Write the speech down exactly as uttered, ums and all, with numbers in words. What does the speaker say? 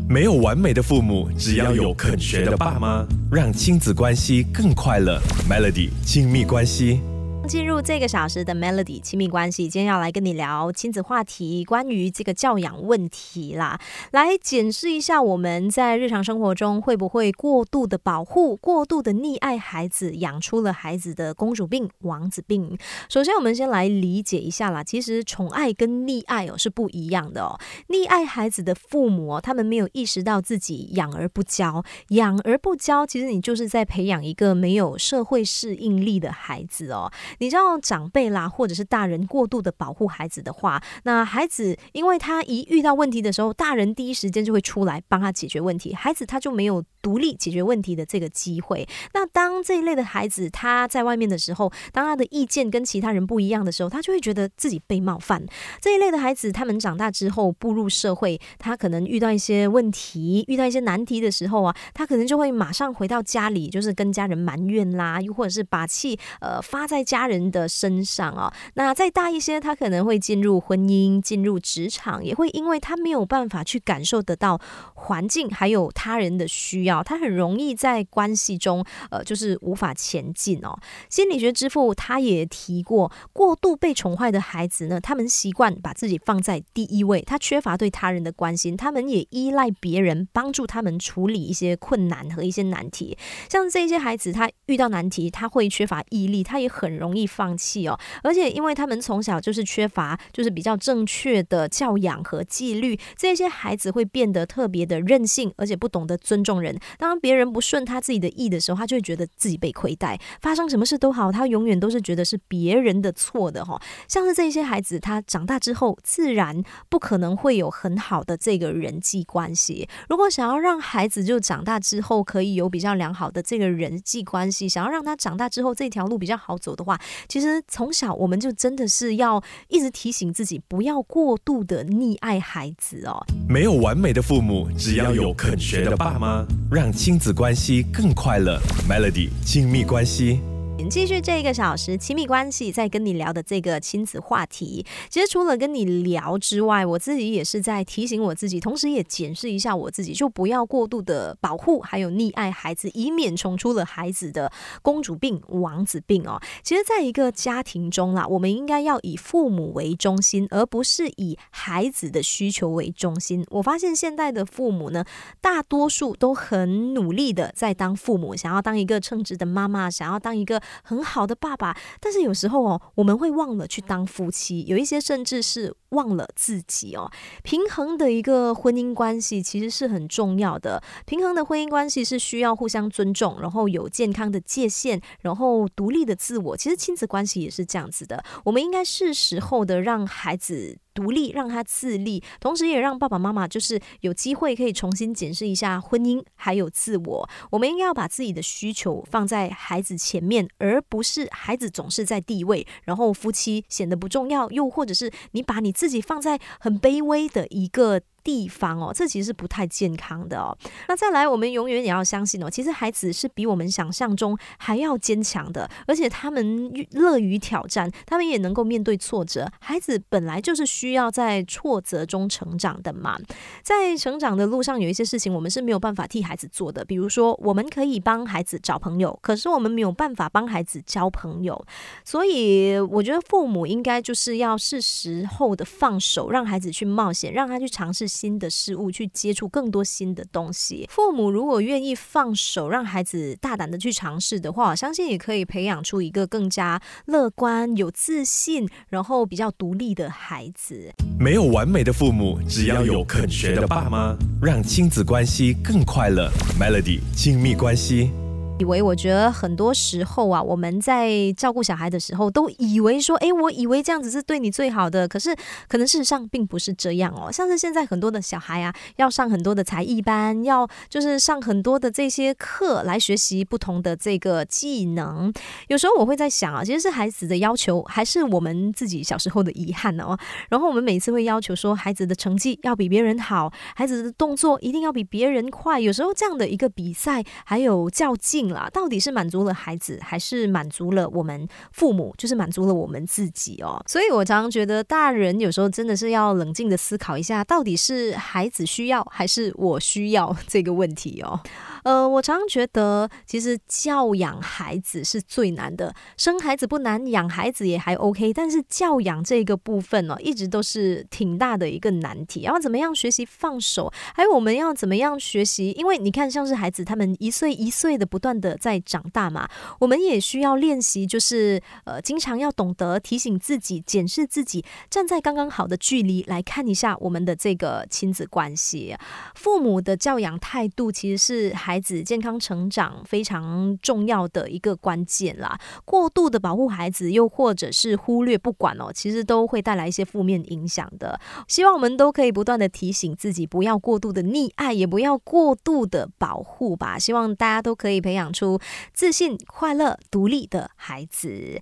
没有完美的父母，只要有肯学的爸妈，让亲子关系更快乐。Melody 亲密关系。 进入这个小时的 Melody 亲密关系，今天要来跟你聊亲子话题，关于这个教养问题啦，来检视一下我们在日常生活中会不会过度的保护、过度的溺爱孩子，养出了孩子的公主病、王子病。首先我们先来理解一下啦，其实宠爱跟溺爱哦是不一样的哦。溺爱孩子的父母哦，他们没有意识到自己养而不教，养而不教，其实你就是在培养一个没有社会适应力的孩子哦。你知道长辈啦，或者是大人过度的保护孩子的话，那孩子因为他一遇到问题的时候，大人第一时间就会出来帮他解决问题，孩子他就没有独立解决问题的这个机会。那当这一类的孩子他在外面的时候，当他的意见跟其他人不一样的时候，他就会觉得自己被冒犯。这一类的孩子他们长大之后步入社会，他可能遇到一些问题，遇到一些难题的时候啊，他可能就会马上回到家里，就是跟家人埋怨啦，又或者是把气呃发在家人的身上啊。那再大一些，他可能会进入婚姻，进入职场，也会因为他没有办法去感受得到环境还有他人的需要，他很容易在关系中呃就是无法前进哦。心理学之父他也提过，过度被宠坏的孩子呢，他们习惯把自己放在第一位，他缺乏对他人的关心，他们也依赖别人帮助他们处理一些困难和一些难题。像这些孩子，他遇到难题，他会缺乏毅力，他也很容易放弃哦。而且因为他们从小就是缺乏就是比较正确的教养和纪律，这些孩子会变得特别的任性，而且不懂得尊重人。当别人不顺他自己的意的时候，他就会觉得自己被亏待，发生什么事都好，他永远都是觉得是别人的错的哈。像是这些孩子，他长大之后自然不可能会有很好的这个人际关系。如果想要让孩子就长大之后可以有比较良好的这个人际关系，想要让他长大之后这条路比较好走的话，其实从小我们就真的是要一直提醒自己，不要过度的溺爱孩子哦。 没有完美的父母，只要有肯学的爸妈，让亲子关系更快乐。Melody 亲密关系。 继续这一个小时亲密关系，在跟你聊的这个亲子话题，其实除了跟你聊之外，我自己也是在提醒我自己，同时也检视一下我自己，就不要过度的保护还有溺爱孩子，以免宠出了孩子的公主病、王子病哦。其实在一个家庭中啦，我们应该要以父母为中心，而不是以孩子的需求为中心。我发现现代的父母呢，大多数都很努力的在当父母，想要当一个称职的妈妈，想要当一个很好的爸爸，但是有时候哦，我们会忘了去当夫妻，有一些甚至是忘了自己哦。平衡的一个婚姻关系其实是很重要的，平衡的婚姻关系是需要互相尊重，然后有健康的界限，然后独立的自我。其实亲子关系也是这样子的，我们应该是时候的让孩子独立，让他自立，同时也让爸爸妈妈就是有机会可以重新检视一下婚姻还有自我。我们应该要把自己的需求放在孩子前面，而不是孩子总是在第一位，然后夫妻显得不重要，又或者是你把你自己放在很卑微的一个地方哦，这其实是不太健康的哦。那再来，我们永远也要相信哦，其实孩子是比我们想象中还要坚强的，而且他们乐于挑战，他们也能够面对挫折。孩子本来就是需要在挫折中成长的嘛。在成长的路上，有一些事情我们是没有办法替孩子做的，比如说我们可以帮孩子找朋友，可是我们没有办法帮孩子交朋友。所以我觉得父母应该就是要是时候的放手，让孩子去冒险，让他去尝试新的事物，去接触更多新的东西。父母如果愿意放手，让孩子大胆的去尝试的话，我相信也可以培养出一个更加乐观、有自信，然后比较独立的孩子。 没有完美的父母，只要有肯学的爸妈，让亲子关系更快乐。Melody 亲密关系。 以为我觉得很多时候啊，我们在照顾小孩的时候都以为说，诶，我以为这样子是对你最好的，可是可能事实上并不是这样哦。像是现在很多的小孩啊，要上很多的才艺班，要就是上很多的这些课来学习不同的这个技能。有时候我会在想啊，其实是孩子的要求，还是我们自己小时候的遗憾哦。然后我们每次会要求说，孩子的成绩要比别人好，孩子的动作一定要比别人快。有时候这样的一个比赛还有较劲啦，到底是满足了孩子，还是满足了我们父母，就是满足了我们自己哦。所以我常常觉得大人有时候真的是要冷静的思考一下，到底是孩子需要还是我需要这个问题哦。呃，我常常觉得其实教养孩子是最难的，生孩子不难，养孩子也还 OK， 但是教养这个部分哦，一直都是挺大的一个难题。要怎么样学习放手，还有我们要怎么样学习，因为你看像是孩子他们一岁一岁的不断的在长大嘛，我们也需要练习，就是呃，经常要懂得提醒自己，检视自己，站在刚刚好的距离来看一下我们的这个亲子关系。父母的教养态度其实是孩子健康成长非常重要的一个关键啦。过度的保护孩子，又或者是忽略不管哦，其实都会带来一些负面影响的。希望我们都可以不断的提醒自己，不要过度的溺爱，也不要过度的保护吧。希望大家都可以培养出自信、快乐、独立的孩子。